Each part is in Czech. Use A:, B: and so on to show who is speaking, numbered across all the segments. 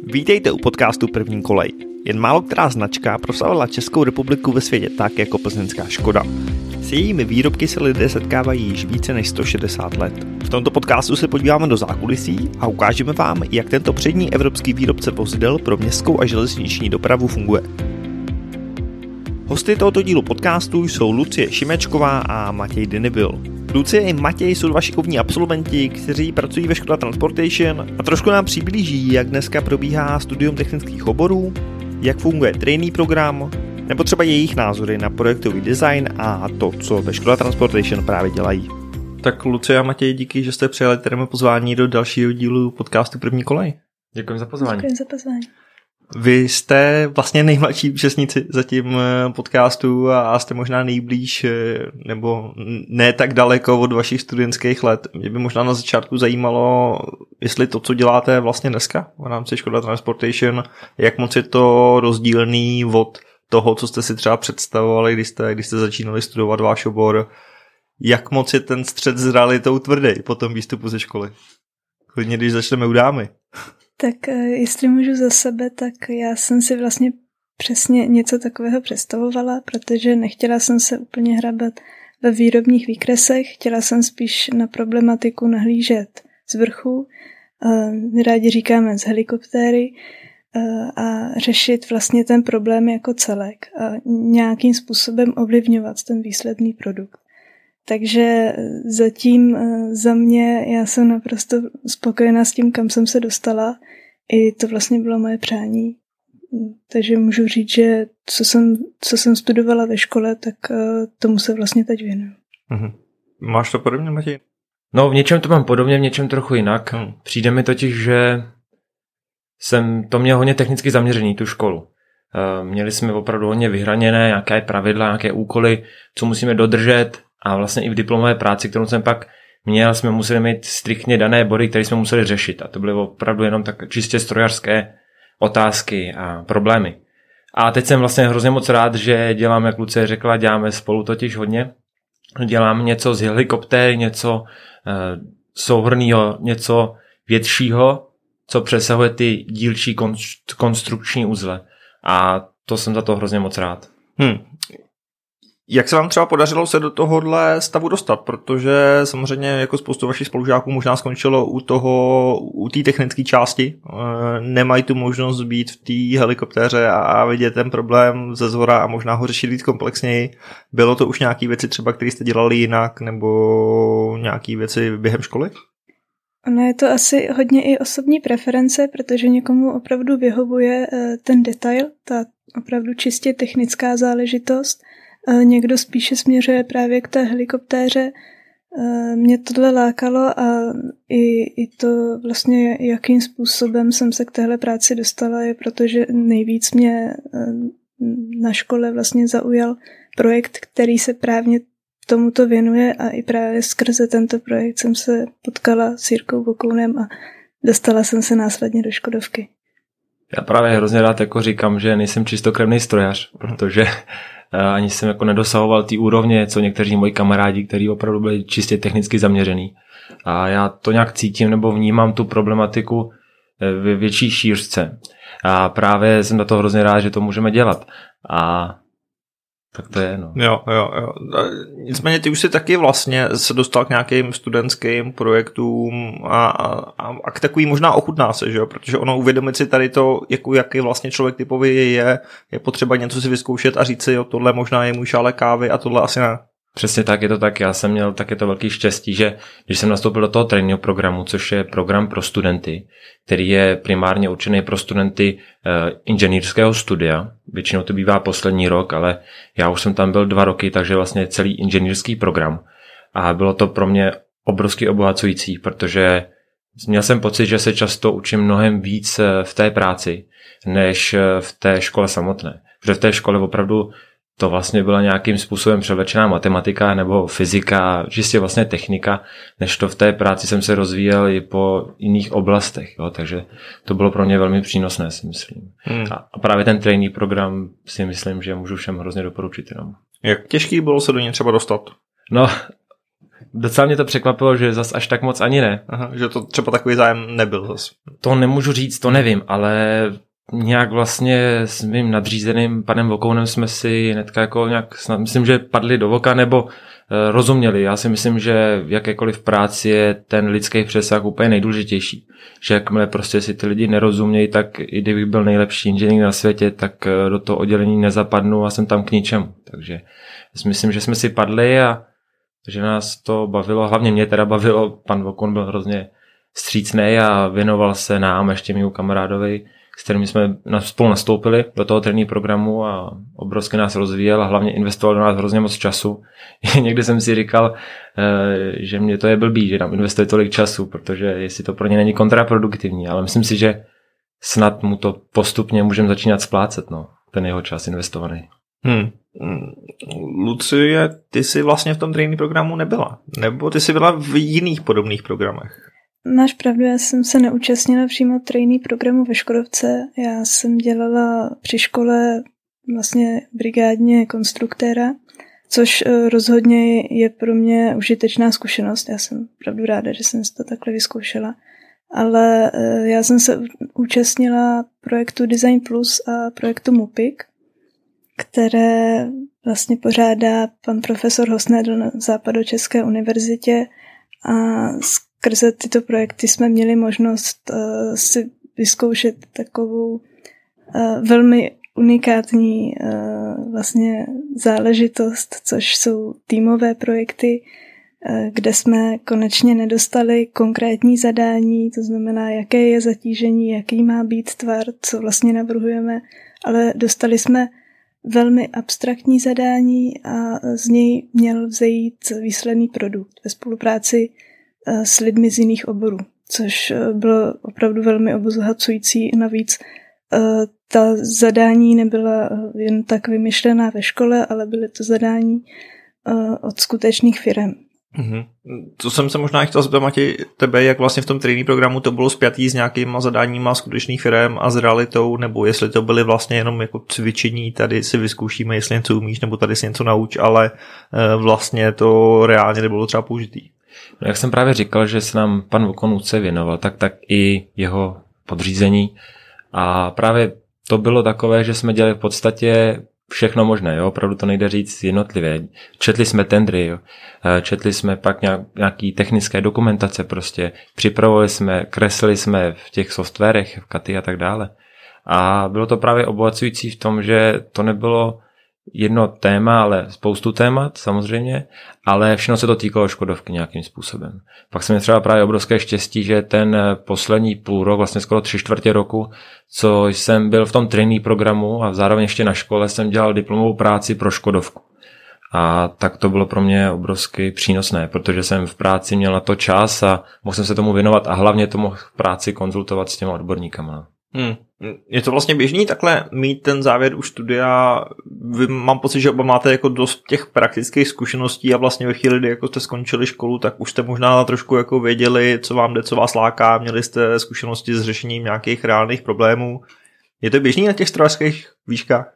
A: Vítejte u podcastu První kolej. Jen málo která značka proslavila Českou republiku ve světě tak jako plzeňská Škoda. S jejími výrobky se lidé setkávají již více než 160 let. V tomto podcastu se podíváme do zákulisí a ukážeme vám, jak tento přední evropský výrobce vozidel pro městskou a železniční dopravu funguje. Hosty tohoto dílu podcastu jsou Lucie Šimečková a Matěj Dynebyl. Lucie i Matěj jsou dva šikovní absolventi, kteří pracují ve Škoda Transportation a trošku nám přiblíží, jak dneska probíhá studium technických oborů, jak funguje trainee program, nebo třeba jejich názory na projektový design a to, co ve Škoda Transportation právě dělají. Tak Lucie a Matěj, díky, že jste přijali tady pozvání do dalšího dílu podcastu První kolej.
B: Děkuji za pozvání.
C: Děkuji za pozvání.
A: Vy jste vlastně nejmladší účastníci zatím podcastu a jste možná nejblíž nebo ne tak daleko od vašich studentských let. Mě by možná na začátku zajímalo, jestli to, co děláte vlastně dneska v rámci Škoda Transportation, jak moc je to rozdílný od toho, co jste si třeba představovali, když jste začínali studovat váš obor. Jak moc je ten střed s realitou tvrdý po tom výstupu ze školy? Klidně, když začneme u dámy.
C: Tak jestli můžu za sebe, tak já jsem si vlastně přesně něco takového představovala, protože nechtěla jsem se úplně hrabat ve výrobních výkresech, chtěla jsem spíš na problematiku nahlížet z vrchu, rádi říkáme z helikoptéry, a řešit vlastně ten problém jako celek a nějakým způsobem ovlivňovat ten výsledný produkt. Takže zatím za mě já jsem naprosto spokojená s tím, kam jsem se dostala. I to vlastně bylo moje přání. Takže můžu říct, že co jsem studovala ve škole, tak tomu se vlastně teď věnuju.
A: Mhm. Máš to podobně, Matěj?
B: No v něčem to mám podobně, v něčem trochu jinak. Přijde mi totiž, že jsem to měl hodně technicky zaměřený, tu školu. Měli jsme opravdu hodně vyhraněné nějaké pravidla, nějaké úkoly, co musíme dodržet. A vlastně i v diplomové práci, kterou jsem pak měl, jsme museli mít striktně dané body, které jsme museli řešit. A to byly opravdu jenom tak čistě strojařské otázky a problémy. A teď jsem vlastně hrozně moc rád, že dělám, jak Lucie řekla, děláme spolu totiž hodně. Dělám něco z helikoptéry, něco souhrnnýho, něco většího, co přesahuje ty dílčí konstrukční uzle. A to jsem za to hrozně moc rád.
A: Jak se vám třeba podařilo se do tohohle stavu dostat? Protože samozřejmě jako spoustu vašich spolužáků možná skončilo u té technické části. Nemají tu možnost být v té helikoptéře a vidět ten problém ze zhora a možná ho řešit víc komplexněji. Bylo to už nějaké věci třeba, které jste dělali jinak nebo nějaké věci během školy?
C: Ono je to asi hodně i osobní preference, protože někomu opravdu vyhovuje ten detail, ta opravdu čistě technická záležitost. Někdo spíše směřuje právě k té helikoptéře. Mě tohle lákalo a i to vlastně, jakým způsobem jsem se k téhle práci dostala, je protože nejvíc mě na škole vlastně zaujal projekt, který se právě tomuto věnuje a i právě skrze tento projekt jsem se potkala s Jirkou Vokounem a dostala jsem se následně do Škodovky.
B: Já právě hrozně rád jako říkám, že nejsem čistokrevný strojař, protože ani jsem jako nedosahoval ty úrovně, co někteří moji kamarádi, kteří opravdu byli čistě technicky zaměřený. A já to nějak cítím nebo vnímám tu problematiku ve větší šířce. A právě jsem na to hrozně rád, že to můžeme dělat. A tak to je, no.
A: Jo. Nicméně ty už si taky vlastně se dostal k nějakým studentským projektům a k takový možná ochutná se, že jo? Protože ono uvědomit si tady to, jaký vlastně člověk typový je potřeba něco si vyzkoušet a říct si, jo, tohle možná je můj šálek kávy a tohle asi ne.
B: Přesně tak, je to tak. Já jsem měl také to velký štěstí, že když jsem nastoupil do toho trainee programu, což je program pro studenty, který je primárně určený pro studenty inženýrského studia. Většinou to bývá poslední rok, ale já už jsem tam byl 2 roky, takže vlastně celý inženýrský program. A bylo to pro mě obrovsky obohacující, protože měl jsem pocit, že se často učím mnohem víc v té práci, než v té škole samotné. Protože v té škole opravdu to vlastně byla nějakým způsobem převlečená matematika nebo fyzika, čistě vlastně technika, než to v té práci jsem se rozvíjel i po jiných oblastech. Jo? Takže to bylo pro mě velmi přínosné, si myslím. A právě ten trainee program si myslím, že můžu všem hrozně doporučit. Jenom.
A: Jak těžký bylo se do něj třeba dostat?
B: No, Docela mě to překvapilo, že zas až tak moc ani ne.
A: Aha, že to třeba takový zájem nebyl zas.
B: To nemůžu říct, to nevím, ale nějak vlastně s mým nadřízeným panem Vokounem jsme si hnedka jako nějak, myslím, že padli do voka nebo rozuměli. Já si myslím, že v jakékoliv práci je ten lidský přesah úplně nejdůležitější. Že jakmile prostě si ty lidi nerozumějí, tak i kdybych byl nejlepší inženýr na světě, tak do toho oddělení nezapadnu a jsem tam k ničemu. Takže myslím, že jsme si padli a že nás to bavilo, hlavně mě teda bavilo, pan Vokoun byl hrozně vstřícný a věnoval se nám ještě mému kamarádovi, s kterými jsme spolu nastoupili do toho tréninkového programu a obrovsky nás rozvíjel a hlavně investoval do nás hrozně moc času. Někdy jsem si říkal, že mě to je blbý, že nám investuje tolik času, protože jestli to pro ně není kontraproduktivní, ale myslím si, že snad mu to postupně můžeme začínat splácet, no, ten jeho čas investovaný.
A: Lucie, ty jsi vlastně v tom tréninkovém programu nebyla, nebo ty jsi byla v jiných podobných programech?
C: Máš pravdu, já jsem se neúčastnila přímo tréninkového programu ve Škodovce. Já jsem dělala při škole vlastně brigádně konstruktéra, což rozhodně je pro mě užitečná zkušenost. Já jsem opravdu ráda, že jsem si to takhle vyzkoušela. Ale já jsem se účastnila projektu Design Plus a projektu MUPIK, které vlastně pořádá pan profesor Hosnedl na Západočeské univerzitě a skrze tyto projekty jsme měli možnost si vyzkoušet takovou velmi unikátní vlastně záležitost, což jsou týmové projekty, kde jsme konečně nedostali konkrétní zadání, to znamená, jaké je zatížení, jaký má být tvar, co vlastně navrhujeme, ale dostali jsme velmi abstraktní zadání a z něj měl vzejít výsledný produkt ve spolupráci s lidmi z jiných oborů, což bylo opravdu velmi obohacující. Navíc ta zadání nebyla jen tak vymyšlená ve škole, ale byly to zadání od skutečných firem.
A: To jsem se možná chtěl zeptat, Matěj, tebe, jak vlastně v tom tréninkovém programu to bylo spjatý s nějakýma zadáníma skutečných firem a s realitou, nebo jestli to byly vlastně jenom jako cvičení, tady si vyzkoušíme, jestli něco umíš, nebo tady si něco nauč, ale vlastně to reálně nebylo třeba použitý.
B: No, jak jsem právě říkal, že se nám pan Vokoun se věnoval, tak i jeho podřízení a právě to bylo takové, že jsme dělali v podstatě všechno možné, jo? Opravdu to nejde říct jednotlivě. Četli jsme tendry, jo? Četli jsme pak nějaký technické dokumentace prostě, připravovali jsme, kreslili jsme v těch softwarech, v Katy a tak dále. A bylo to právě obohacující v tom, že to nebylo jedno téma, ale spoustu témat samozřejmě, ale všechno se to týkalo Škodovky nějakým způsobem. Pak jsem měl třeba právě obrovské štěstí, že ten poslední půl rok, vlastně skoro 3/4 roku, co jsem byl v tom tréninkovém programu a zároveň ještě na škole jsem dělal diplomovou práci pro Škodovku. A tak to bylo pro mě obrovsky přínosné, protože jsem v práci měl na to čas a mohl jsem se tomu věnovat a hlavně to mohl v práci konzultovat s těma odborníkama.
A: Je to vlastně běžný takhle mít ten závěr už studia? Vy, mám pocit, že oba máte jako dost těch praktických zkušeností a vlastně ve chvíli, kdy jako jste skončili školu, tak už jste možná trošku jako věděli, co vám jde, co vás láká, měli jste zkušenosti s řešením nějakých reálných problémů. Je to běžný na těch strojařských výškách?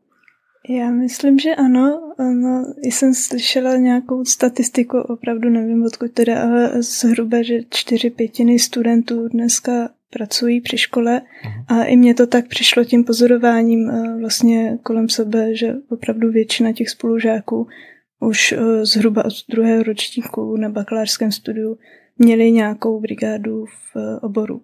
C: Já myslím, že ano. Jsem slyšela nějakou statistiku, opravdu nevím, odkud teda, ale zhruba, že 4/5 studentů dneska pracují při škole a i mně to tak přišlo tím pozorováním vlastně kolem sebe, že opravdu většina těch spolužáků už zhruba od 2. ročníku na bakalářském studiu měli nějakou brigádu v oboru.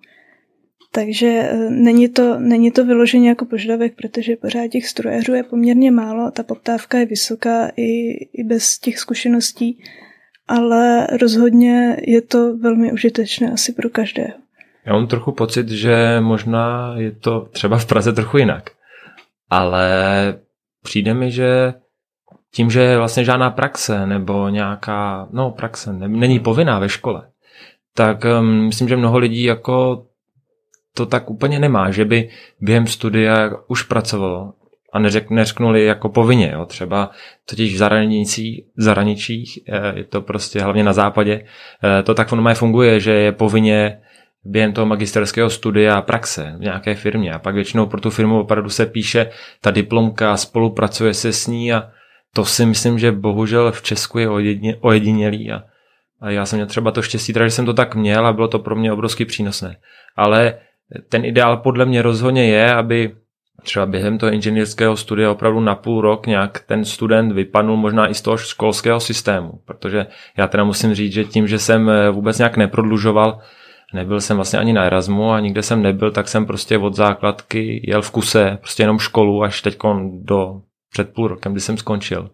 C: Takže není to vyloženě jako požadavek, protože pořád těch strojařů je poměrně málo, ta poptávka je vysoká i bez těch zkušeností, ale rozhodně je to velmi užitečné asi pro každého.
B: Já mám trochu pocit, že možná je to třeba v Praze trochu jinak, ale přijde mi, že tím, že je vlastně žádná praxe nebo nějaká, praxe není povinná ve škole, tak myslím, že mnoho lidí jako to tak úplně nemá, že by během studia už pracovalo a neřeknuli jako povinně. Jo. Třeba totiž v zahraničích, je to prostě hlavně na západě, to tak normálně funguje, že je povinně během toho magisterského studia praxe v nějaké firmě a pak většinou pro tu firmu opravdu se píše ta diplomka, spolupracuje se s ní a to si myslím, že bohužel v Česku je ojedinělý a A já jsem měl třeba to štěstí, že jsem to tak měl a bylo to pro mě obrovsky přínosné. Ale ten ideál podle mě rozhodně je, aby třeba během toho inženýrského studia opravdu na půl rok nějak ten student vypadnul možná i z toho školského systému. Protože já teda musím říct, že tím, že jsem vůbec nějak neprodlužoval, nebyl jsem vlastně ani na Erasmu a nikde jsem nebyl, tak jsem prostě od základky jel v kuse, prostě jenom školu až teďkon před půl rokem, kdy jsem skončil.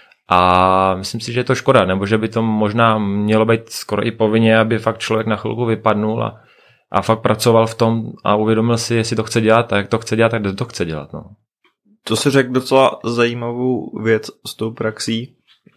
B: A myslím si, že je to škoda, nebo že by to možná mělo být skoro i povinně, aby fakt člověk na chvilku vypadnul a fakt pracoval v tom a uvědomil si, jestli to chce dělat a jak to chce dělat, tak kde to chce dělat. No.
A: To si řekl docela zajímavou věc s tou praxí.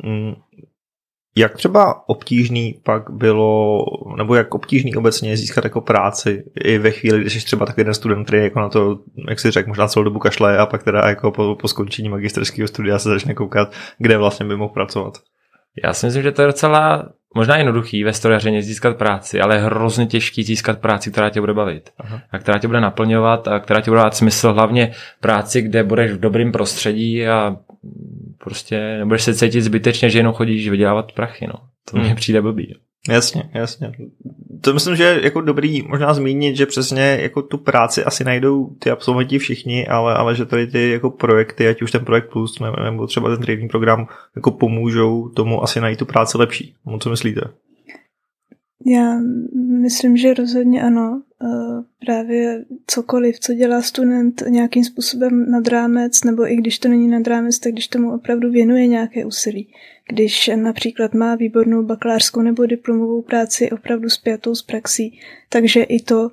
A: Jak třeba obtížný pak bylo, nebo jak obtížný obecně je získat jako práci i ve chvíli, když jsi třeba takový ten student, který jako na to, jak si řekl, možná celou dobu kašle a pak teda jako po skončení magisterského studia se začne koukat, kde vlastně by mohl pracovat?
B: Já si myslím, že to je docela možná jednoduchý ve strojařině získat práci, ale hrozně těžký získat práci, která tě bude bavit. Aha. A která tě bude naplňovat a která tě bude dát smysl, hlavně práci, kde budeš v dobrém prostředí a prostě nebudeš se cítit zbytečně, že jenom chodíš vydělávat prachy. No. To mně přijde blbý.
A: Jasně. To myslím, že je jako dobrý možná zmínit, že přesně jako tu práci asi najdou ty absolventi všichni, ale že tady ty jako projekty, ať už ten projekt plus nebo třeba ten training program jako pomůžou tomu asi najít tu práci lepší. Co myslíte?
C: Já myslím, že rozhodně ano. Právě cokoliv, co dělá student nějakým způsobem nad rámec, nebo i když to není nad rámec, tak když tomu opravdu věnuje nějaké úsilí. Když například má výbornou bakalářskou nebo diplomovou práci opravdu spjatou s praxí, takže i to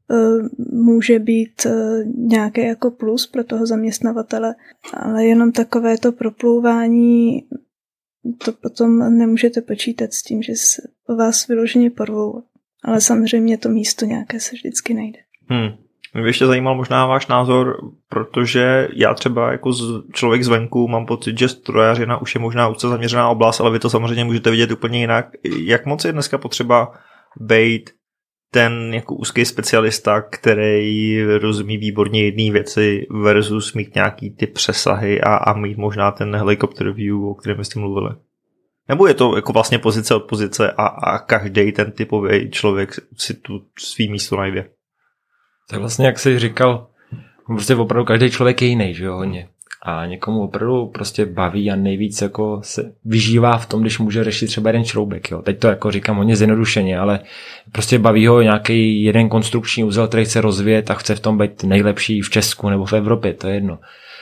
C: může být nějaké jako plus pro toho zaměstnavatele, ale jenom takové to proplouvání, to potom nemůžete počítat s tím, že se o vás vyloženě porvou. Ale samozřejmě to místo nějaké se vždycky najde.
A: Mě by ještě zajímal možná váš názor, protože já třeba jako člověk zvenku mám pocit, že strojařina už je možná úzce zaměřená oblast, ale vy to samozřejmě můžete vidět úplně jinak. Jak moc je dneska potřeba být ten jako úzký specialista, který rozumí výborně jedné věci versus mít nějaký ty přesahy a mít možná ten helicopter view, o kterém jste mluvili? Nebo je to jako vlastně pozice od pozice a každý ten typový člověk si tu svý místo najde?
B: Tak vlastně, jak jsi říkal, prostě opravdu každý člověk je jiný, že jo, hodně. A někomu opravdu prostě baví a nejvíc jako se vyžívá v tom, když může řešit třeba jeden šroubek, jo. Teď to jako říkám hodně zjednodušeně, ale prostě baví ho nějaký jeden konstrukční úzel, který chce rozvíjet a chce v tom být nejlepší v Česku nebo v Evropě, to je jedno.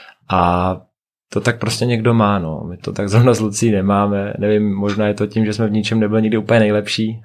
B: A to tak prostě někdo má, no. My to tak zrovna s Lucí nemáme. Nevím, možná je to tím, že jsme v ničem nebyli nikdy úplně nejlepší,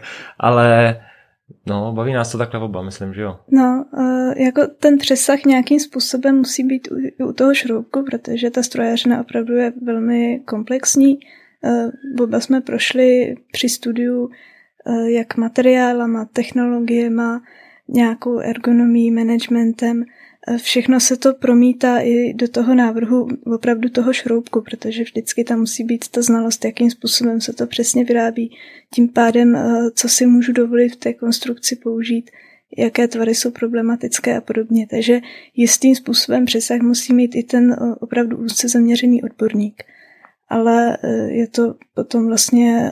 B: ale no, baví nás to takhle oba, myslím, že jo.
C: No, jako ten přesah nějakým způsobem musí být u toho šroubku, protože ta strojařina opravdu je velmi komplexní. Oba jsme prošli při studiu jak materiálama, technologiema, nějakou ergonomii, managementem. Všechno se to promítá i do toho návrhu opravdu toho šroubku, protože vždycky tam musí být ta znalost, jakým způsobem se to přesně vyrábí. Tím pádem, co si můžu dovolit v té konstrukci použít, jaké tvary jsou problematické a podobně. Takže jistým způsobem přesah musí mít i ten opravdu úzce zaměřený odborník. Ale je to potom vlastně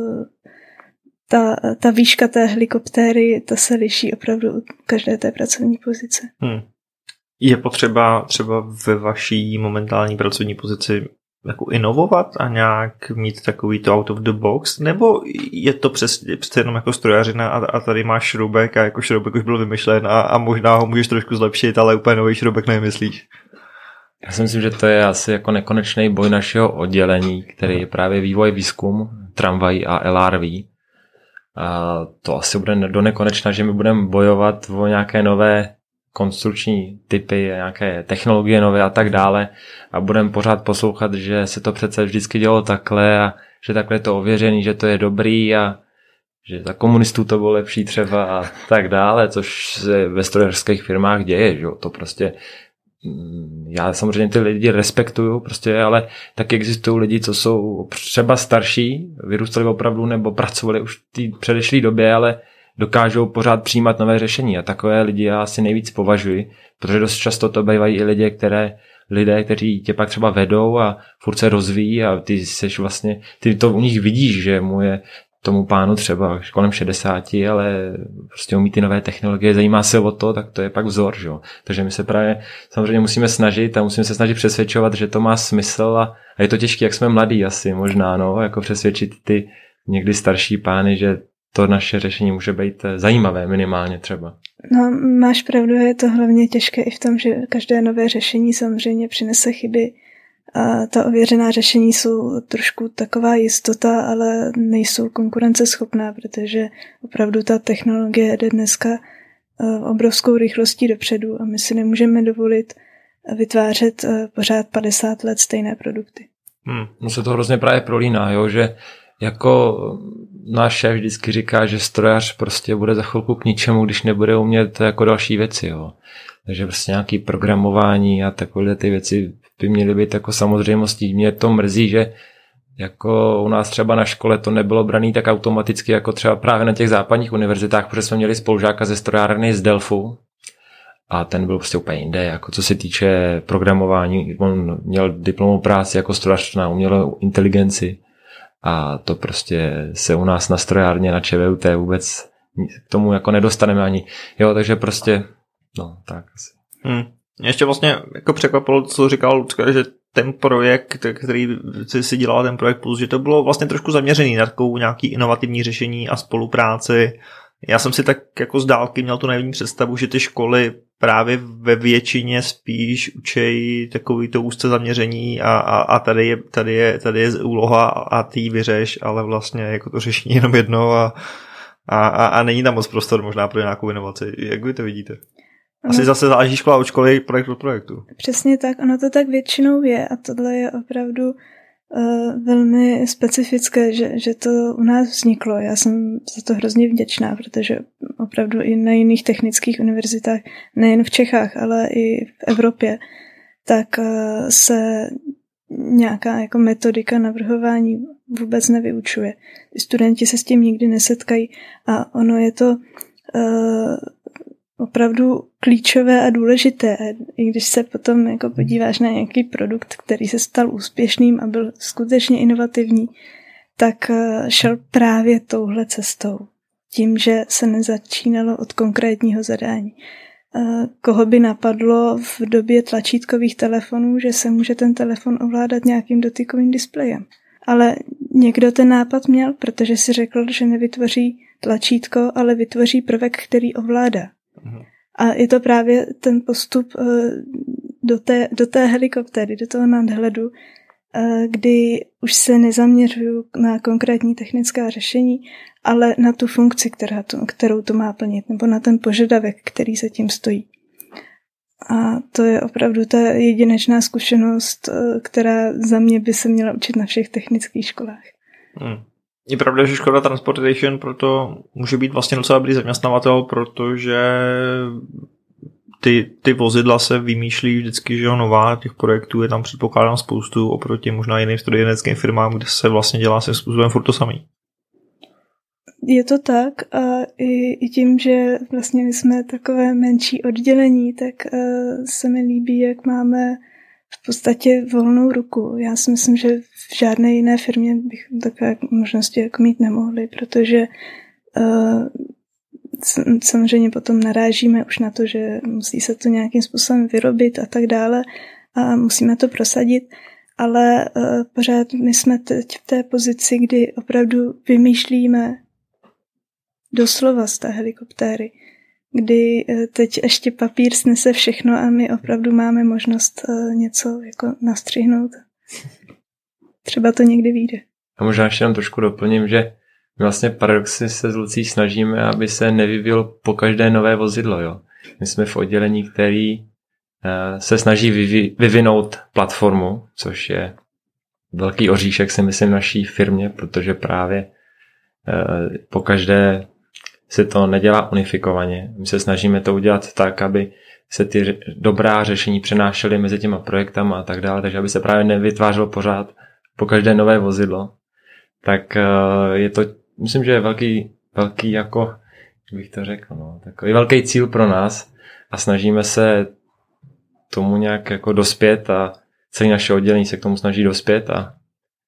C: ta výška té helikoptéry, ta se liší opravdu od každé té pracovní pozice.
A: Je potřeba třeba ve vaší momentální pracovní pozici jako inovovat a nějak mít takový to out of the box, nebo je to přece jenom jako strojařina a tady máš šroubek a jako šroubek už byl vymyšlen a možná ho můžeš trošku zlepšit, ale úplně nový šroubek nevymyslíš?
B: Já si myslím, že to je asi jako nekonečný boj našeho oddělení, který je právě vývoj výzkum tramvají a LRV. A to asi bude do nekonečna, že my budeme bojovat o nějaké nové konstrukční typy, nějaké technologie nové a tak dále a budeme pořád poslouchat, že se to přece vždycky dělo takhle a že takhle je to ověřený, že to je dobrý a že za komunistů to bylo lepší třeba a tak dále, což se ve strojařských firmách děje, že to prostě já samozřejmě ty lidi respektuju prostě, ale taky existují lidi, co jsou třeba starší, vyrůstali opravdu nebo pracovali už v té předešlé době, ale dokážou pořád přijímat nové řešení a takové lidi já asi nejvíc považuji, protože dost často to bývají i lidé, kteří tě pak třeba vedou a furt se rozvíjí a ty to u nich vidíš, že mu je tomu pánu třeba kolem 60, ale prostě umí ty nové technologie, zajímá se o to, tak to je pak vzor, že jo. Takže my se právě samozřejmě musíme snažit a musíme se snažit přesvědčovat, že to má smysl a je to těžké, jak jsme mladí asi možná, no, jako přesvědčit ty někdy starší pány, že to naše řešení může být zajímavé minimálně třeba.
C: No, máš pravdu, je to hlavně těžké i v tom, že každé nové řešení samozřejmě přinese chyby. A ta ověřená řešení jsou trošku taková jistota, ale nejsou konkurenceschopná, protože opravdu ta technologie jde dneska obrovskou rychlostí dopředu a my si nemůžeme dovolit vytvářet pořád 50 let stejné produkty.
B: No se to hrozně právě prolíná, jo, že jako náš šéf vždycky říká, že strojař prostě bude za chvilku k ničemu, když nebude umět jako další věci, jo. Takže prostě nějaký programování a takové ty věci by měly být jako samozřejmostí. Mě to mrzí, že jako u nás třeba na škole to nebylo braný tak automaticky, jako třeba právě na těch západních univerzitách, protože jsme měli spolužáka ze strojárny z Delfu a ten byl prostě úplně jinde, jako co se týče programování. On měl diplomovou práci jako strojař na umělou inteligenci a to prostě se u nás na strojárně na ČVUT vůbec k tomu jako nedostaneme ani. Jo, takže prostě no, tak asi.
A: Ještě vlastně jako překvapilo, co říkal Lucka, že ten projekt, který si dělala ten projekt Plus, že to bylo vlastně trošku zaměřený na takovou nějaký inovativní řešení a spolupráci. Já jsem si tak jako z dálky měl tu naivní představu, že ty školy právě ve většině spíš učejí takový to úzce zaměření a tady je úloha a ty ji vyřeš, ale vlastně jako to řešení jenom jedno a není tam moc prostor možná pro nějakou inovaci. Jak vy to vidíte? Asi zase záleží škola od školy, projekt od projektu.
C: Přesně tak, ono to tak většinou je a tohle je opravdu velmi specifické, že to u nás vzniklo. Já jsem za to hrozně vděčná, protože opravdu i na jiných technických univerzitách, nejen v Čechách, ale i v Evropě, tak se nějaká jako metodika navrhování vůbec nevyučuje. Studenti se s tím nikdy nesetkají a ono je to opravdu klíčové a důležité. I když se potom jako podíváš na nějaký produkt, který se stal úspěšným a byl skutečně inovativní, tak šel právě touhle cestou. Tím, že se nezačínalo od konkrétního zadání. Koho by napadlo v době tlačítkových telefonů, že se může ten telefon ovládat nějakým dotykovým displejem. Ale někdo ten nápad měl, protože si řekl, že nevytvoří tlačítko, ale vytvoří prvek, který ovládá. A je to právě ten postup do té helikoptéry, do toho nadhledu, kdy už se nezaměřuju na konkrétní technická řešení, ale na tu funkci, kterou to má plnit, nebo na ten požadavek, který se tím stojí. A to je opravdu ta jedinečná zkušenost, která za mě by se měla učit na všech technických školách.
A: Je pravda, že Škoda Transportation proto může být vlastně docela dobrý zaměstnavatel, protože ty vozidla se vymýšlí vždycky, že jo, nová, těch projektů je tam předpokládám spoustu oproti možná jiným strojírenským firmám, kde se vlastně dělá se způsobem furt to samý.
C: Je to tak a i tím, že vlastně my jsme takové menší oddělení, tak se mi líbí, jak máme v podstatě volnou ruku. Já si myslím, že v žádné jiné firmě bych takové možnosti jako mít nemohli, protože samozřejmě potom narážíme už na to, že musí se to nějakým způsobem vyrobit a tak dále a musíme to prosadit, ale pořád my jsme teď v té pozici, kdy opravdu vymýšlíme doslova z té helikoptéry, kdy teď ještě papír snese všechno a my opravdu máme možnost něco jako nastřihnout. Třeba to někdy vyjde.
B: A možná ještě jenom trošku doplním, že vlastně paradoxně se s Lucí snažíme, aby se nevyvíjelo po každé nové vozidlo. Jo. My jsme v oddělení, který se snaží vyvinout platformu, což je velký oříšek, si myslím, naší firmě, protože právě po každé se to nedělá unifikovaně. My se snažíme to udělat tak, aby se ty dobrá řešení přenášely mezi těma projektama a tak dále, takže aby se právě nevytvářelo pořád po každé nové vozidlo. Tak je to, myslím, že je velký jako, jak bych to řekl, no, takový velký cíl pro nás a snažíme se tomu nějak jako dospět a celé naše oddělení se k tomu snaží dospět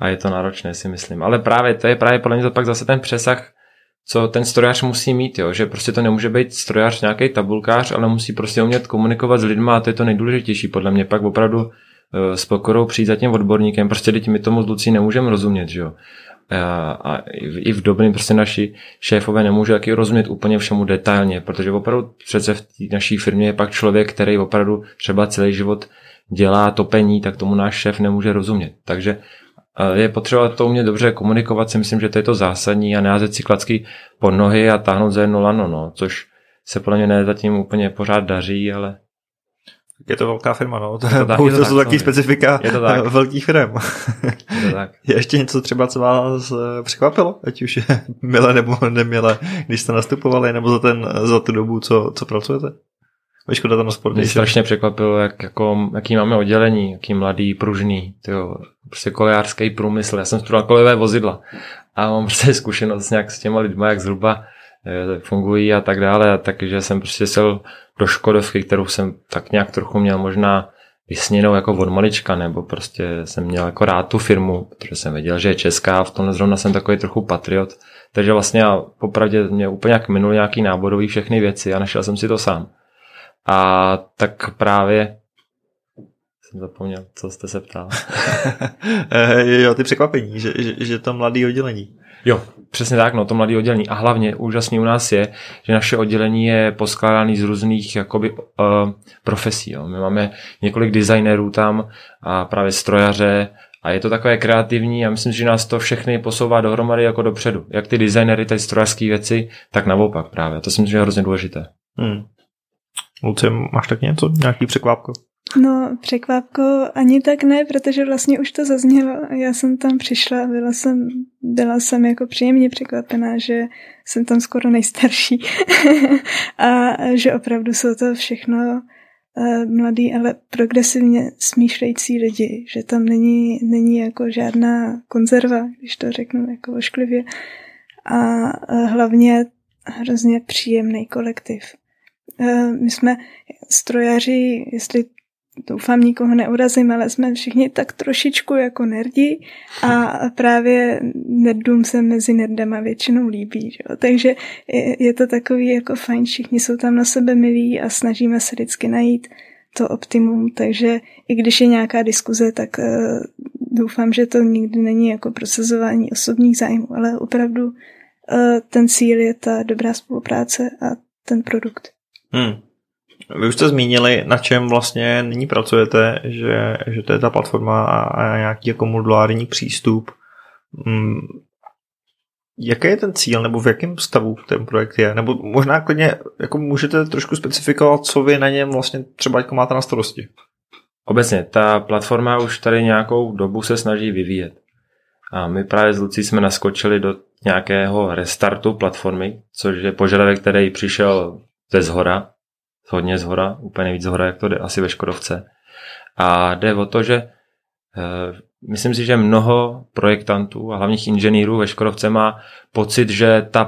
B: a je to náročné, si myslím. Ale právě to je právě podle mě to pak zase ten přesah, co ten strojař musí mít, jo? Že prostě to nemůže být strojař nějaký tabulkář, ale musí prostě umět komunikovat s lidma a to je to nejdůležitější. Podle mě pak opravdu s pokorou přijít za tím odborníkem, prostě teď my tomu s Lucí nemůžeme rozumět, že jo. A i v dobrým prostě naši šéfové nemůžou taky rozumět úplně všemu detailně, protože opravdu přece v té naší firmě je pak člověk, který opravdu třeba celý život dělá topení, tak tomu náš šéf nemůže rozumět. Takže je potřeba to umět dobře komunikovat, si myslím, že to je to zásadní a neházet si klacky pod nohy a táhnout za jedno lano, no, což se podle mě ne zatím úplně pořád daří, ale
A: je to velká firma, no. To jsou taky specifika velkých firm. Je ještě něco třeba, co vás překvapilo? Ať už milé nebo nemilé, když jste nastupovali, nebo za tu dobu, co pracujete? Škoda tam na sportu.
B: Mě strašně překvapilo, jaký máme oddělení, jaký mladý, pružný, tyjo, prostě kolejářský průmysl. Já jsem studoval kolejové vozidla a mám prostě zkušenost nějak s těma lidma, jak zhruba fungují a tak dále, takže jsem prostě šel do Škodovky, kterou jsem tak nějak trochu měl možná vysněnou jako od malička, nebo prostě jsem měl jako rád tu firmu, protože jsem věděl, že je česká a v tom zrovna jsem takový trochu patriot, takže vlastně popravdě mě úplně jak minul nějaký náborový všechny věci a našel jsem si to sám. A tak právě jsem zapomněl, co jste se ptal.
A: Jo, ty překvapení, že to mladé oddělení.
B: Jo, přesně tak, no, to mladé oddělení. A hlavně úžasný u nás je, že naše oddělení je poskládané z různých jakoby profesí. Jo. My máme několik designérů tam a právě strojaře a je to takové kreativní a myslím, že nás to všechny posouvá dohromady jako dopředu. Jak ty designéry, ty strojařské věci, tak naopak právě. To si myslím, že je hrozně důležité.
A: Lucie, máš tak něco? Nějaký překvápko?
C: No, překvápko ani tak ne, protože vlastně už to zaznělo. Já jsem tam přišla, byla jsem jako příjemně překvapená, že jsem tam skoro nejstarší a že opravdu jsou to všechno mladí, ale progresivně smýšlející lidi, že tam není jako žádná konzerva, když to řeknu jako ošklivě, a hlavně hrozně příjemný kolektiv. My jsme strojaři, jestli doufám nikoho neurazím, ale jsme všichni tak trošičku jako nerdi a právě nerdům se mezi nerdama většinou líbí. Že? Takže je to takový jako fajn, všichni jsou tam na sebe milí a snažíme se vždycky najít to optimum, takže i když je nějaká diskuze, tak doufám, že to nikdy není jako prosazování osobních zájmů, ale opravdu ten cíl je ta dobrá spolupráce a ten produkt.
A: Vy už jste zmínili, na čem vlastně nyní pracujete, že to je ta platforma a nějaký jako modulární přístup. Jaký je ten cíl, nebo v jakém stavu ten projekt je? Nebo možná klidně jako můžete trošku specifikovat, co vy na něm vlastně třeba jako máte na starosti?
B: Obecně, ta platforma už tady nějakou dobu se snaží vyvíjet. A my právě s Lucí jsme naskočili do nějakého restartu platformy, což je požadavek, který přišel ze zhora, hodně zhora, úplně nejvíc zhora, jak to jde asi ve Škodovce. A jde o to, že myslím si, že mnoho projektantů a hlavních inženýrů ve Škodovce má pocit, že ta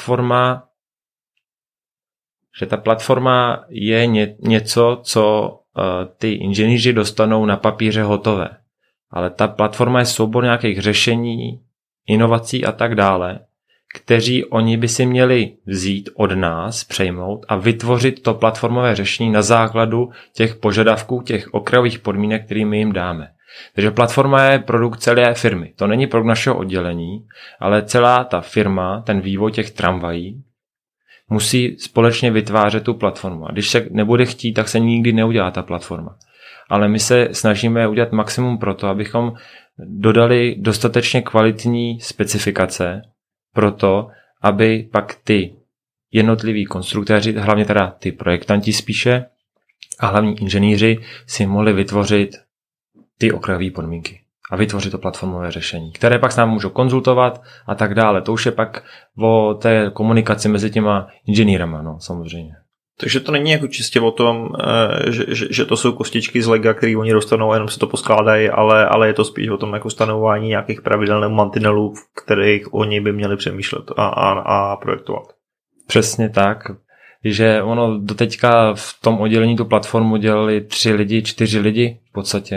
B: platforma je něco, co ty inženýři dostanou na papíře hotové. Ale ta platforma je soubor nějakých řešení, inovací a tak dále, kteří oni by si měli vzít od nás, přejmout a vytvořit to platformové řešení na základu těch požadavků, těch okrajových podmínek, které my jim dáme. Takže platforma je produkt celé firmy. To není produkt našeho oddělení, ale celá ta firma, ten vývoj těch tramvají, musí společně vytvářet tu platformu. A když se nebude chtít, tak se nikdy neudělá ta platforma. Ale my se snažíme udělat maximum pro to, abychom dodali dostatečně kvalitní specifikace pro to, aby pak ty jednotliví konstruktéři, hlavně teda ty projektanti spíše a hlavní inženýři si mohli vytvořit ty okrajové podmínky a vytvořit to platformové řešení, které pak s námi můžou konzultovat a tak dále. To už je pak o té komunikaci mezi těma inženýrama, no, samozřejmě.
A: Takže to není jako čistě o tom, že to jsou kostičky z lega, které oni dostanou a jenom se to poskládají, ale je to spíš o tom jako stanovování nějakých pravidel nebo mantinelů, v kterých oni by měli přemýšlet a projektovat.
B: Přesně tak, že ono doteďka v tom oddělení tu platformu dělali 3 lidi, 4 lidi v podstatě.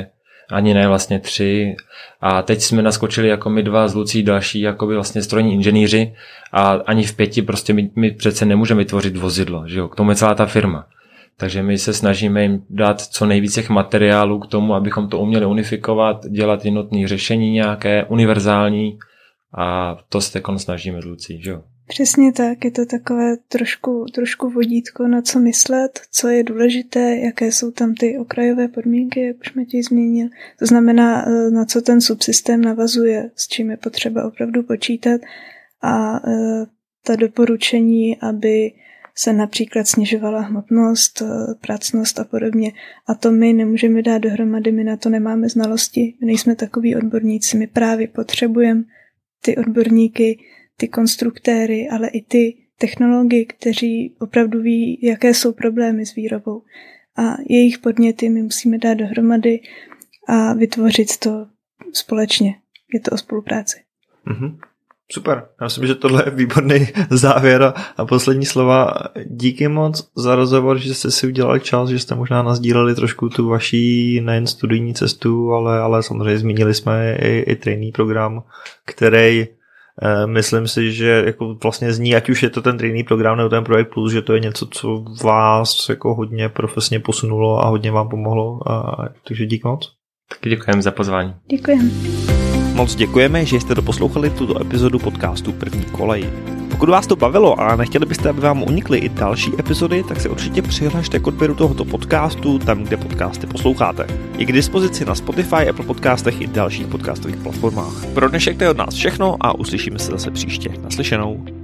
B: ani ne vlastně 3. A teď jsme naskočili jako my 2 s Lucí další jakoby vlastně strojní inženýři a ani v 5 prostě my přece nemůžeme vytvořit vozidlo, že jo? K tomu je celá ta firma. Takže my se snažíme jim dát co nejvíc těch materiálů k tomu, abychom to uměli unifikovat, dělat jednotné řešení nějaké, univerzální a to se teď snažíme s Lucí, že jo?
C: Přesně tak, je to takové trošku vodítko, na co myslet, co je důležité, jaké jsou tam ty okrajové podmínky, jak už Matěj zmínil. To znamená, na co ten subsystém navazuje, s čím je potřeba opravdu počítat a ta doporučení, aby se například snižovala hmotnost, pracnost a podobně. A to my nemůžeme dát dohromady, my na to nemáme znalosti, my nejsme takoví odborníci, my právě potřebujeme ty odborníky, ty konstruktéry, ale i ty technology, kteří opravdu ví, jaké jsou problémy s výrobou. A jejich podněty my musíme dát dohromady a vytvořit to společně. Je to o spolupráci.
A: Mm-hmm. Super. Já myslím, že tohle je výborný závěr a poslední slova. Díky moc za rozhovor, že jste si udělali čas, že jste možná nasdíleli trošku tu vaší nejen studijní cestu, ale samozřejmě zmínili jsme i trainee program, který myslím si, že jako vlastně zní, ať už je to ten trainee program nebo ten Projekt Plus, že to je něco, co vás jako hodně profesně posunulo a hodně vám pomohlo. Takže díky moc.
B: Taky děkujeme za pozvání.
C: Děkujeme.
A: Moc děkujeme, že jste doposlouchali tuto epizodu podcastu První kolej. Pokud vás to bavilo a nechtěli byste, aby vám unikly i další epizody, tak se určitě přihlašte k odběru tohoto podcastu tam, kde podcasty posloucháte. Je k dispozici na Spotify, Apple Podcastech i dalších podcastových platformách. Pro dnešek to je od nás všechno a uslyšíme se zase příště. Naslyšenou.